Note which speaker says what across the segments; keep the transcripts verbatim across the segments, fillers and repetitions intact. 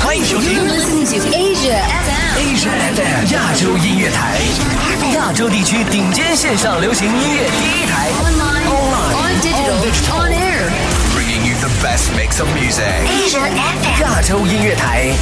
Speaker 1: 欢迎收听
Speaker 2: Asia F M，Asia
Speaker 1: F M 亚洲音乐台，亚洲地区顶尖线上流行音乐第一台
Speaker 2: ，Online, on digital, on air，bringing
Speaker 1: you the best mix of music。Asia F M 亚洲音乐台。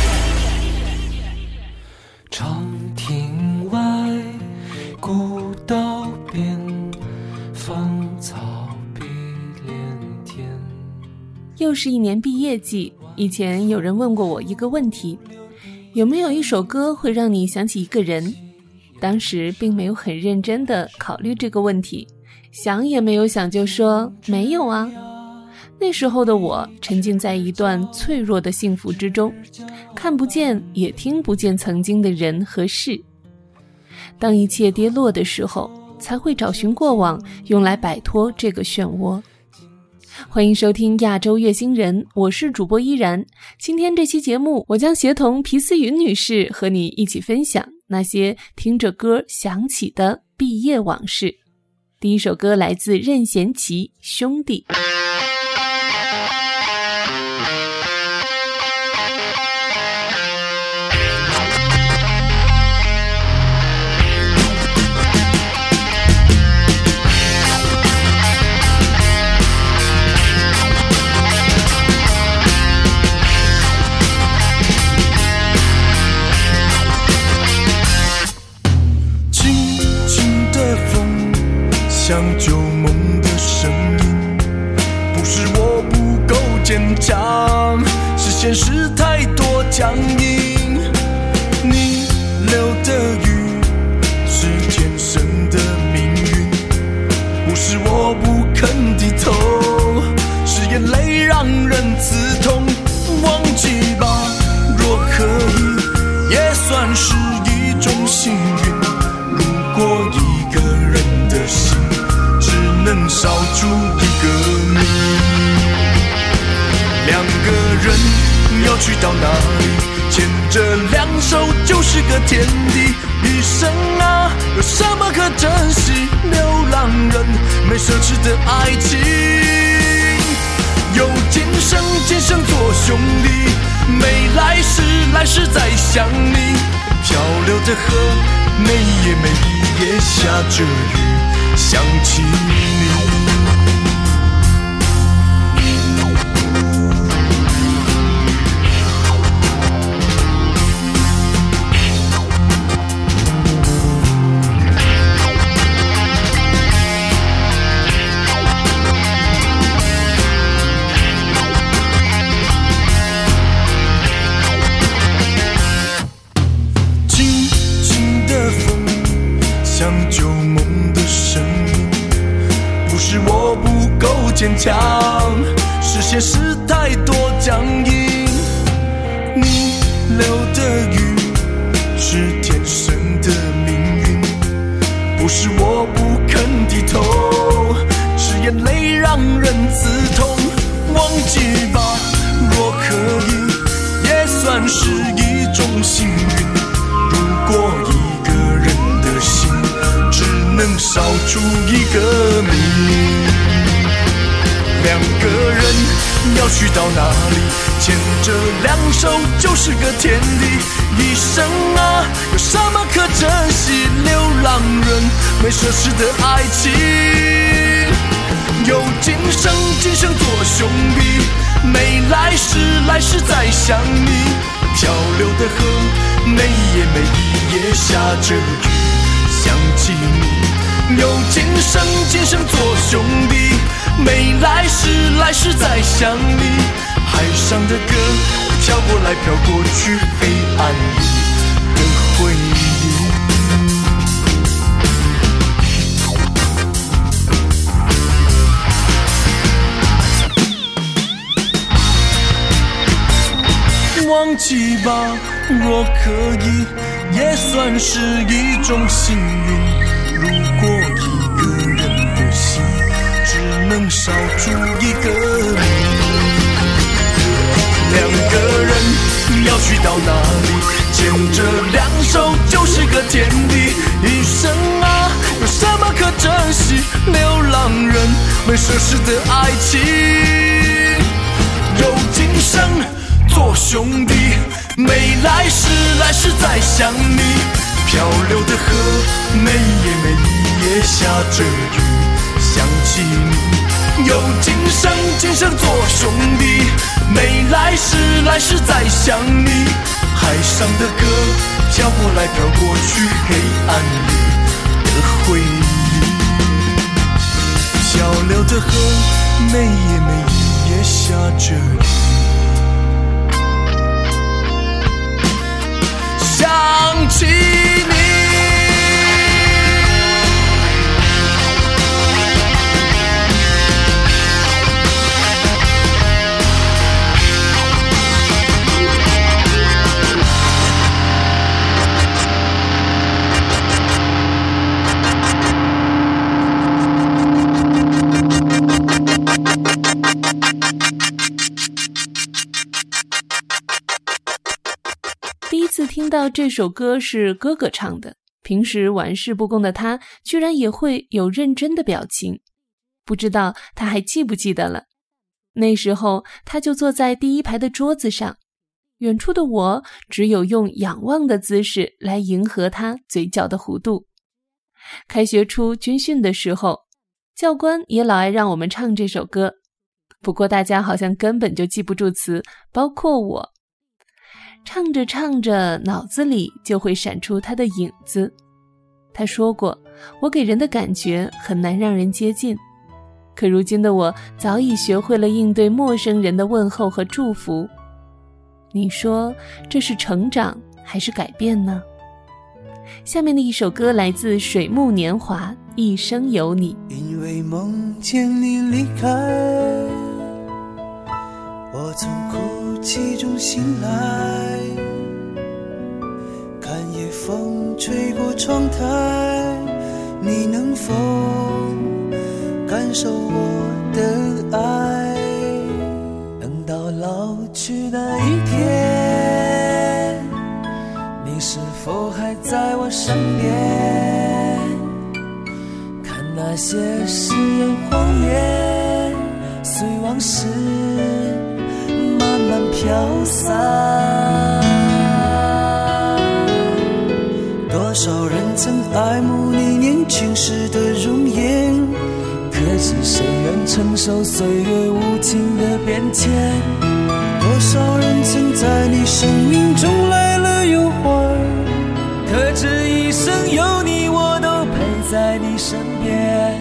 Speaker 3: 长亭外，古道边，芳草碧连天。
Speaker 4: 又是一年毕业季，以前有人问过我一个问题，有没有一首歌会让你想起一个人？当时并没有很认真地考虑这个问题，想也没有想就说没有啊。那时候的我沉浸在一段脆弱的幸福之中，看不见也听不见曾经的人和事。当一切跌落的时候，才会找寻过往，用来摆脱这个漩涡。欢迎收听亚洲乐星人，我是主播依然。今天这期节目，我将协同皮思云女士和你一起分享那些听着歌想起的毕业往事。第一首歌来自任贤齐，兄弟。
Speaker 5: 像旧梦的声音，不是我不够坚强，是现实太多僵硬。你流的雨是天生的命运，不是我不肯低头，是眼泪让人刺痛。忘记吧，若可以，也算是一种幸运。如果一个人的心能少出一个你，两个人要去到哪里？牵着两手就是个天地。一生啊，有什么可珍惜？流浪人没奢侈的爱情，有今生今生做兄弟，没来世来世再想你。漂流的河，每夜每夜下着雨，想起你。轻轻的风，像旧梦的声音，不是我不够坚强，是现实太多僵硬。你流的雨是天生的命运，不是我不肯低头，是眼泪让人刺痛。忘记吧，若可以，也算是一种幸运。如果一个人的心只能少出一个你，两个人要去到哪里？牵着两手就是个天地。一生啊，有什么可珍惜？流浪人没奢侈的爱情，有今生今生做兄弟，没来世来世再想你。漂流的河，每夜每夜下着雨，想起你。有今生今生做兄弟，没来世来世再想你。海上的歌，飘过来飘过去，黑暗里的回忆。忘记吧，若可以，也算是一种幸运。如果一个人的心只能少出一个你，两个人要去到哪里？牵着两手就是个天地。一生啊，有什么可珍惜？流浪人没奢侈的爱情，有今生做兄弟， 没来世来世再想你。漂流的河，每夜每夜下着雨，想起你，有今生今生做兄弟。没来世来世再想你，海上的歌飘过来飘过去，黑暗里的回忆。漂流的河，每夜每夜下着雨，想起你。
Speaker 4: 第一次听到这首歌是哥哥唱的，平时玩世不恭的他居然也会有认真的表情，不知道他还记不记得了。那时候他就坐在第一排的桌子上，远处的我只有用仰望的姿势来迎合他嘴角的弧度。开学初军训的时候，教官也老爱让我们唱这首歌，不过大家好像根本就记不住词，包括我。唱着唱着，脑子里就会闪出他的影子。他说过，我给人的感觉很难让人接近，可如今的我早已学会了应对陌生人的问候和祝福。你说这是成长还是改变呢？下面的一首歌来自水木年华，一生有你。
Speaker 6: 因为梦见你离开，我从哭泣中醒来，看夜风吹过窗台，你能否感受我的爱？等到老去那一天，你是否还在我身边？看那些誓言谎言，随往事慢慢飘散。多少人曾爱慕你年轻时的容颜，可是谁愿承受岁月无情的变迁？多少人曾在你生命中来了又还，可这一生有你，我都陪在你身边。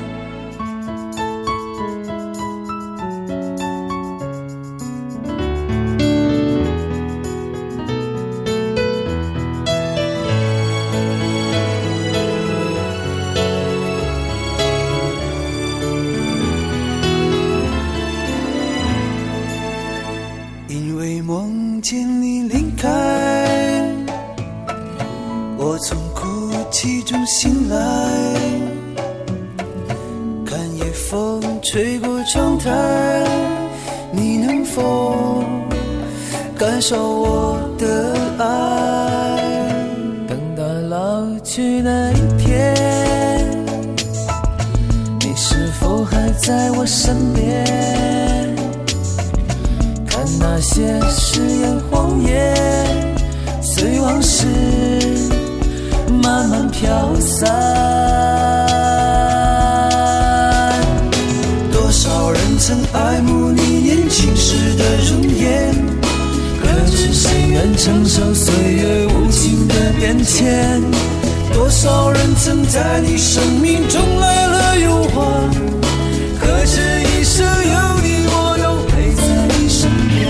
Speaker 6: 梦见你离开，我从哭泣中醒来，看夜风吹过窗台，你能否感受我的爱？等到老去那一天，你是否还在我身边？那些誓言谎言，随往事慢慢飘散。多少人曾爱慕你年轻时的容颜，可是谁愿承受岁月无情的变迁？多少人曾在你生命中来了又还，可这一生有你，我都陪在你身边。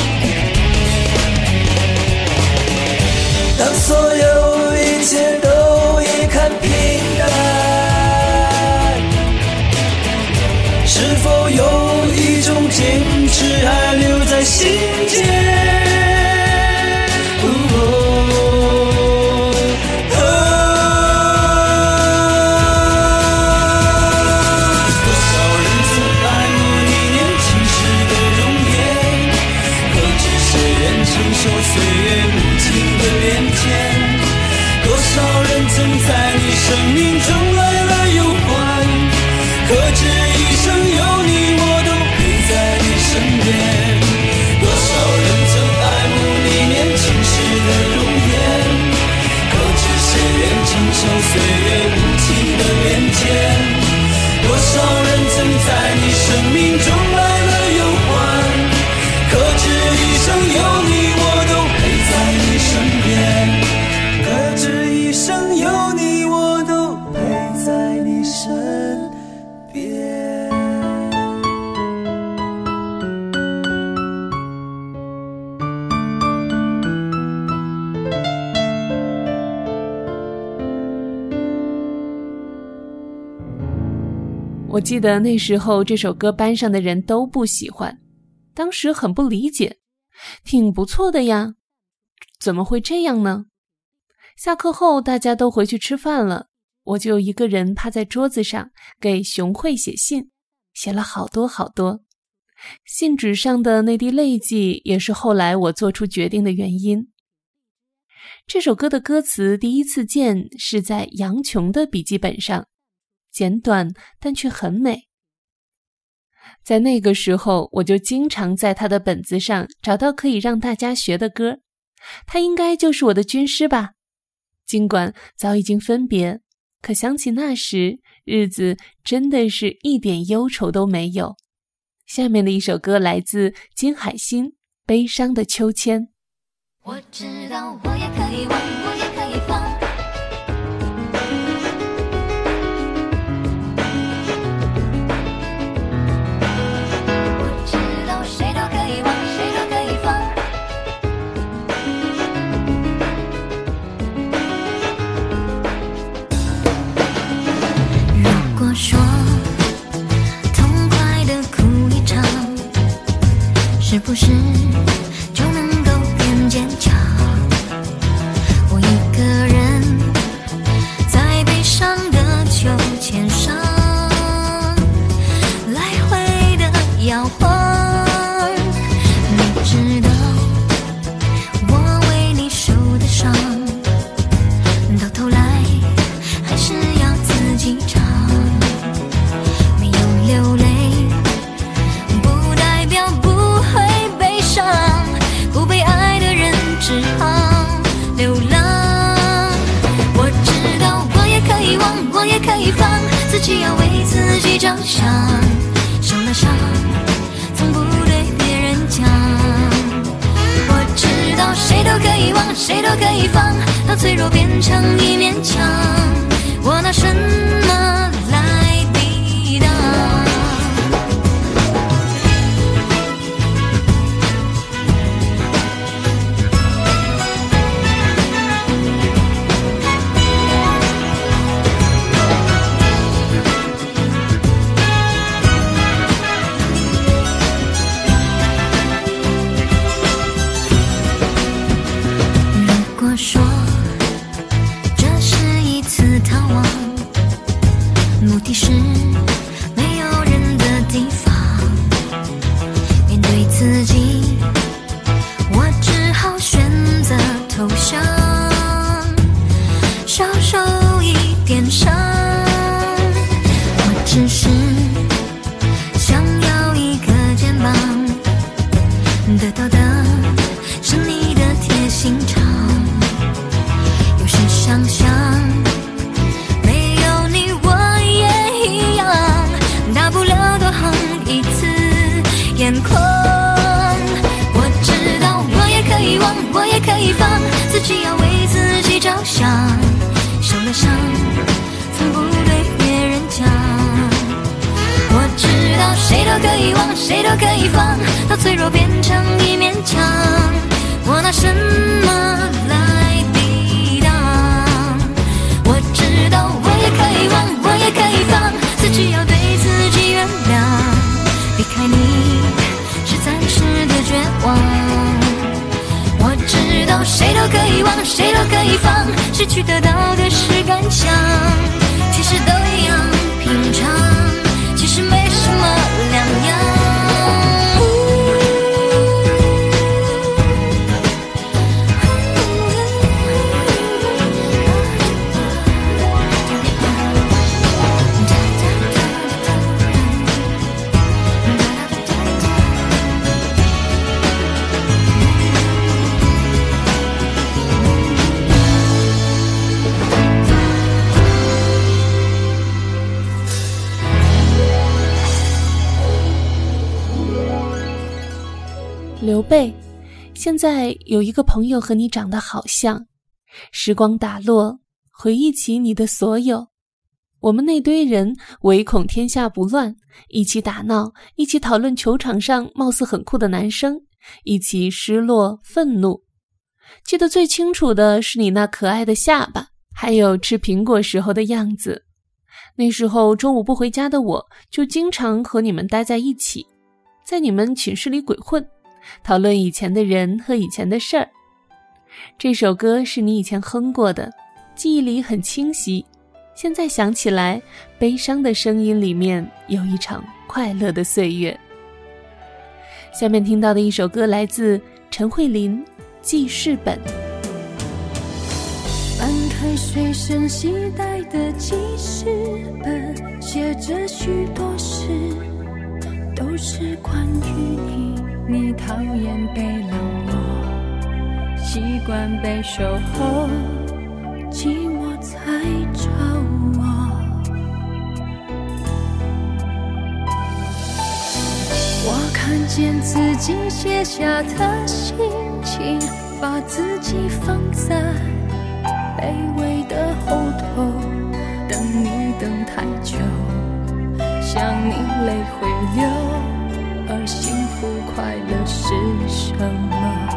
Speaker 6: 当所有一切都已看平淡，是否有一种坚持还留在心间？曾在你生命中来了又还，可这一生有你，我都陪在你身边。多少人曾爱慕你年轻时
Speaker 4: 我记得那时候这首歌班上的人都不喜欢，当时很不理解，挺不错的呀，怎么会这样呢？下课后大家都回去吃饭了，我就一个人趴在桌子上给熊慧写信，写了好多好多。信纸上的那滴泪迹也是后来我做出决定的原因。这首歌的歌词第一次见是在杨琼的笔记本上，简短但却很美。在那个时候，我就经常在他的本子上找到可以让大家学的歌，他应该就是我的军师吧。尽管早已经分别，可想起那时，日子真的是一点忧愁都没有。下面的一首歌来自金海心，《悲伤的秋千》。
Speaker 2: 我知道我也可以忘，我也可以放，我知道谁都可以忘，谁都可以放。如果说痛快的哭一场，是不是就能够变坚强？我一个人在悲伤的秋千上来回的摇晃，你知道我为你受的伤，到头来还是要自己尝。没有流泪不代表不会悲伤，不被爱的人只好流浪。我知道我也可以忘，我也可以放，自己要为自己着想，受了伤从不对别人讲。我知道谁都可以忘，谁都可以放，到脆弱变成一面墙，我拿什么来抵挡？如果说这是一次逃亡，目的是没有人的地方，面对自己我只好选择投降，少受一点伤。我只是想要一个肩膀，得到的是你的贴心肠。有时想想没有你我也一样，大不了多红一次眼眶。我知道我也可以忘，我也可以放，自己要为自己着想，受了伤从不对别人讲。我知道谁都可以忘，谁都可以放，到脆弱变成一面墙，我拿什么来抵挡？我知道我也可以忘，我也可以放，自己要对自己原谅，离开你是暂时的绝望。我知道谁都可以忘，谁都可以放，失去得到的是感想，其实都一样平常，其实没什么两样。
Speaker 4: 刘备，现在有一个朋友和你长得好像，时光打落，回忆起你的所有。我们那堆人唯恐天下不乱，一起打闹，一起讨论球场上貌似很酷的男生，一起失落愤怒。记得最清楚的是你那可爱的下巴，还有吃苹果时候的样子。 那时候中午不回家的我，就经常和你们待在一起，在你们寝室里鬼混，讨论以前的人和以前的事儿。这首歌是你以前哼过的，记忆里很清晰，现在想起来，悲伤的声音里面有一场快乐的岁月。下面听到的一首歌来自陈慧琳，记事本。
Speaker 2: 翻开随身携带的记事本，写着许多事，都是关于你。你讨厌被冷落，习惯被守候，寂寞才找我。我看见自己写下的心情，把自己放在卑微的后头，等你等太久，想你泪会流，而幸福快乐是什么？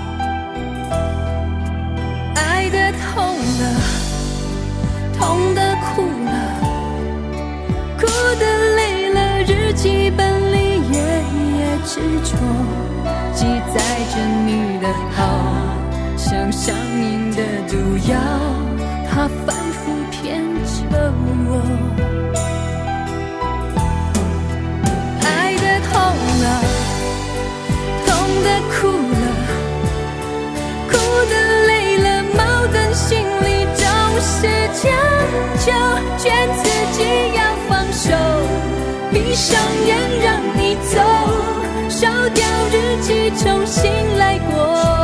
Speaker 2: 爱的痛了，痛的哭了，哭的累了，日记本里夜夜执着，记载着你的好，像上瘾的毒药，它反复骗着我。爱的痛了，痛的哭了，哭的累了，矛盾心里总是将就，劝自己要放手，闭上眼让你走，烧掉日记重新来过。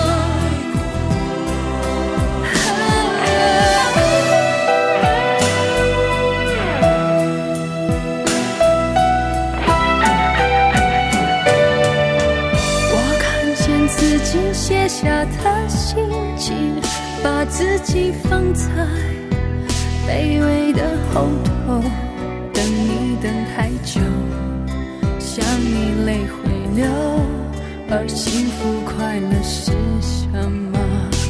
Speaker 2: 写下的心情，把自己放在卑微的后头，等你等太久，想你泪会流，而幸福快乐是什么？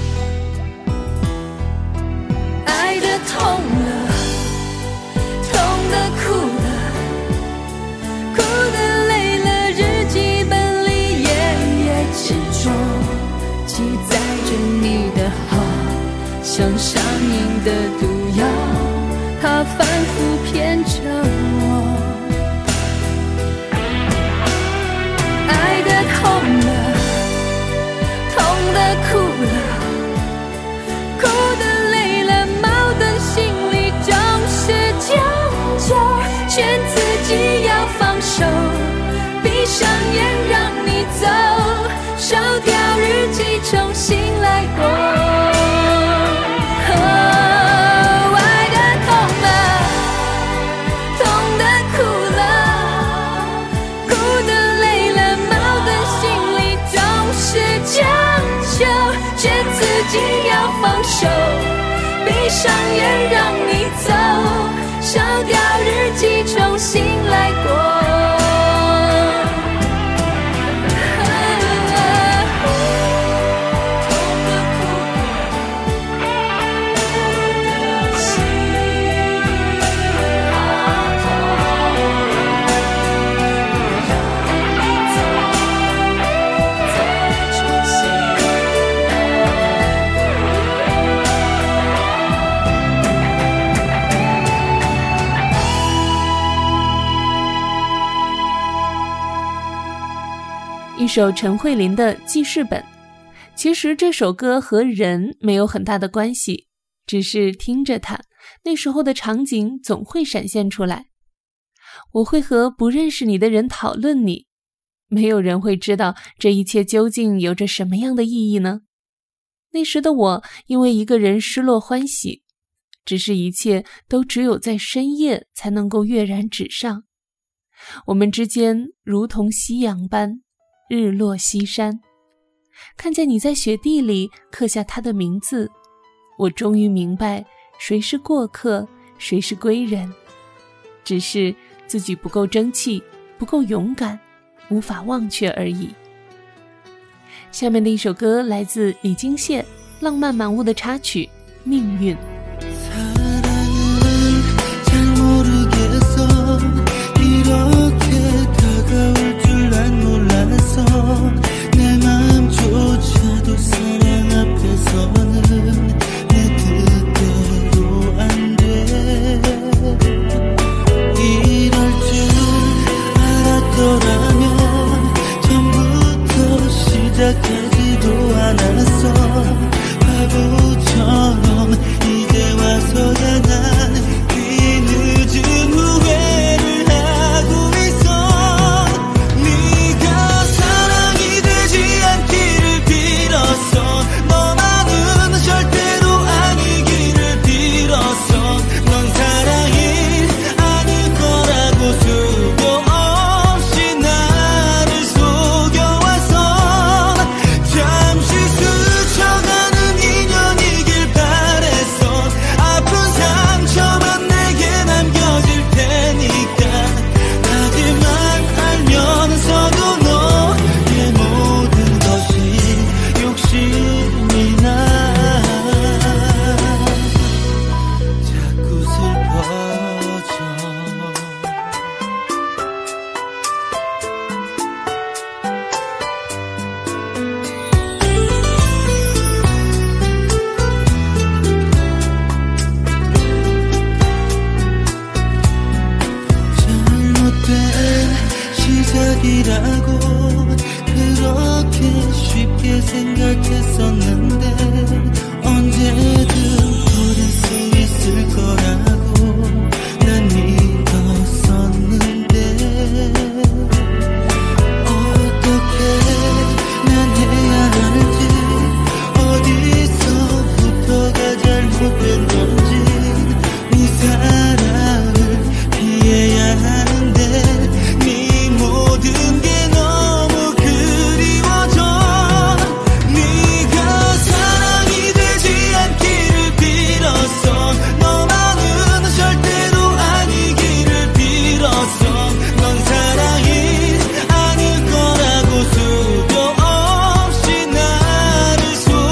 Speaker 2: 爱的痛了，痛的哭了，哭的累了，日记本里夜夜执着，记载着你的好，像上瘾的毒药，它反复骗着我。爱的痛了，痛的哭了，哭的累了，矛盾心里总是将就，劝自己要放手，闭上眼让你走，烧掉日记重新来过。哦，爱的痛了，痛的哭了，哭的累了，矛盾心里总是将就，劝自己要放手，闭上眼让你走，烧掉日记重新来过。
Speaker 4: 一首陈慧琳的记事本。其实这首歌和人没有很大的关系，只是听着它，那时候的场景总会闪现出来。我会和不认识你的人讨论你，没有人会知道这一切究竟有着什么样的意义呢？那时的我因为一个人失落欢喜，只是一切都只有在深夜才能够跃然纸上。我们之间如同夕阳般日落西山，看见你在雪地里刻下他的名字，我终于明白谁是过客，谁是归人，只是自己不够争气，不够勇敢，无法忘却而已。下面的一首歌来自李金燮，浪漫满屋的插曲《命运》。
Speaker 2: 将
Speaker 6: 생각했었는데 언제든 부를 수 있을 거라고 난 믿었었는데 어떻게 난 해야 할지 어디서부터가 잘못된 건지 네 사랑을 피해야 하는데 네 모든 게 너무 그리워져 네가 사랑이 되지 않기를 빌었어 너만은 절대로 아니기를 빌었어 넌 사랑이 아닐 거라고 수도 없이 나를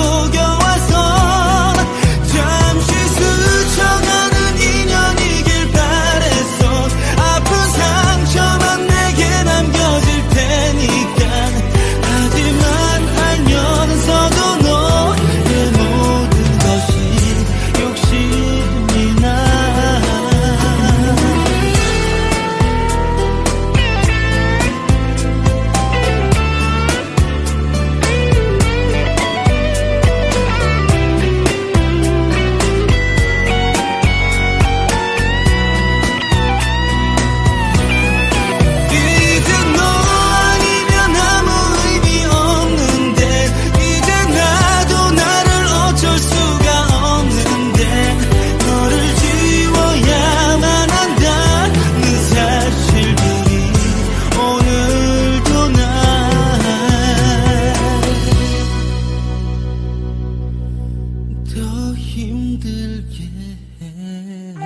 Speaker 6: 속여와서 잠시 스쳐가는 인연이길 바랬어 아픈 상처만 내게 남겨질 테니까 하지만 알면서도 너의 모든 것이 욕심이 나 이제 너 아니면 아무 의미 없는데 이제 나도 나를 어쩔 수가 없는데 너를 지워야만 한다는 사실들이 오늘도 날 더 힘들게 해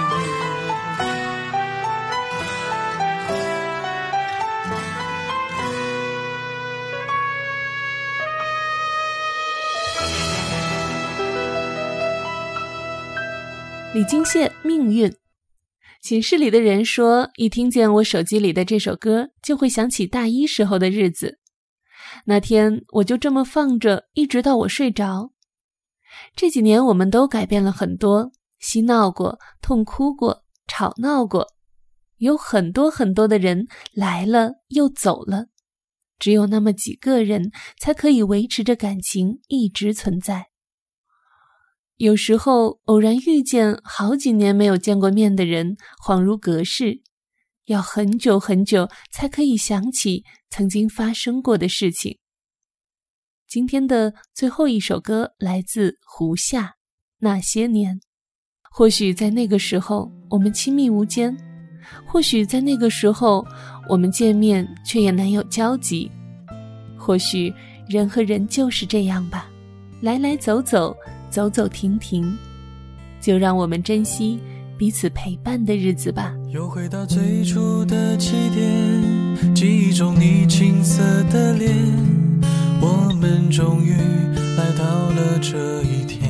Speaker 4: 李金宪《命运》。寝室里的人说，一听见我手机里的这首歌，就会想起大一时候的日子。那天我就这么放着，一直到我睡着。这几年我们都改变了很多，嬉闹过，痛哭过，吵闹过，有很多很多的人来了又走了，只有那么几个人才可以维持着感情一直存在。有时候偶然遇见好几年没有见过面的人，恍如隔世，要很久很久才可以想起曾经发生过的事情。今天的最后一首歌来自胡夏，《那些年》。或许在那个时候我们亲密无间，或许在那个时候我们见面却也难有交集，或许人和人就是这样吧，来来走走，走走停停，就让我们珍惜彼此陪伴的日子吧。
Speaker 5: 又回到最初的起点，记忆中你青涩的脸，我们终于来到了这一天。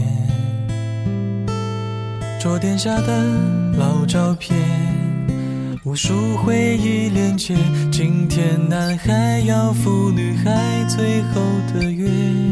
Speaker 5: 桌垫下的老照片，无数回忆连接，今天男孩要赴女孩最后的约。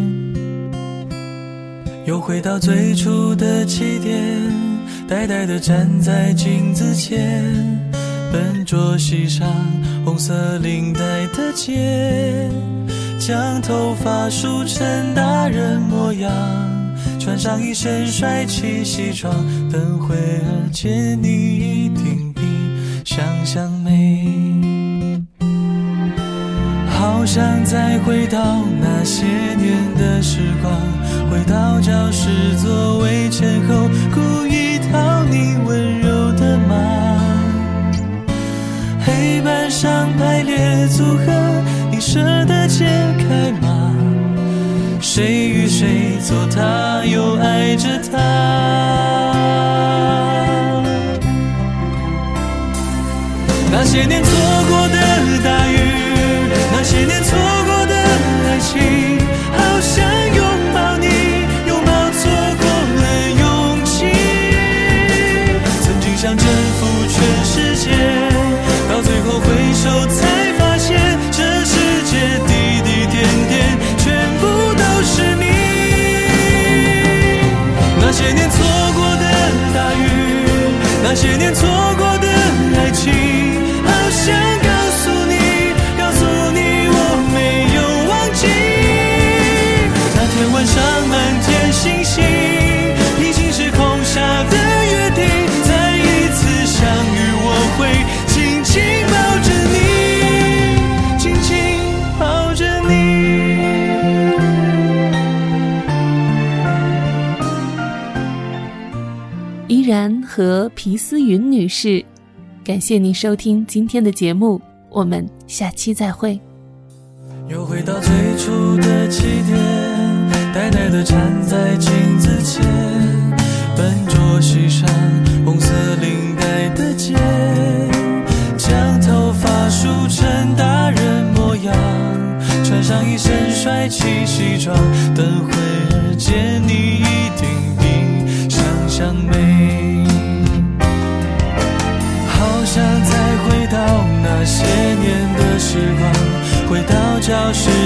Speaker 5: 又回到最初的起点，呆呆地站在镜子前，笨拙系上红色领带的结，将头发梳成大人模样，穿上一身帅气西装，等会儿见你一定比想象美。好想再回到那些年的时光，回到教室座位前后，故意讨你温柔的骂，黑板上排列组合，你舍得解开吗？谁与谁做他，又爱着他。那些年错过的大雨，那些年错过的爱情，好想拥抱你，拥抱错过了勇气。曾经想征服全世界，到最后回首才发现，这世界滴滴点点全部都是你。那些年错过的大雨，那些年错过的爱情，好想告诉你，告诉你我
Speaker 6: 晚上满天星星，平行时空下的约定，再一次相遇我会紧紧抱着你，紧紧抱着你。
Speaker 4: 依然和皮思云女士，感谢你收听今天的节目，我们下期再会。
Speaker 6: 又回到最初的起点，呆呆地站在镜子前，笨拙系上红色领带的结，将头发梳成大人模样，穿上一身帅气西装，等会儿见你一定比想象美。好想再回到那些年的时光，回到教室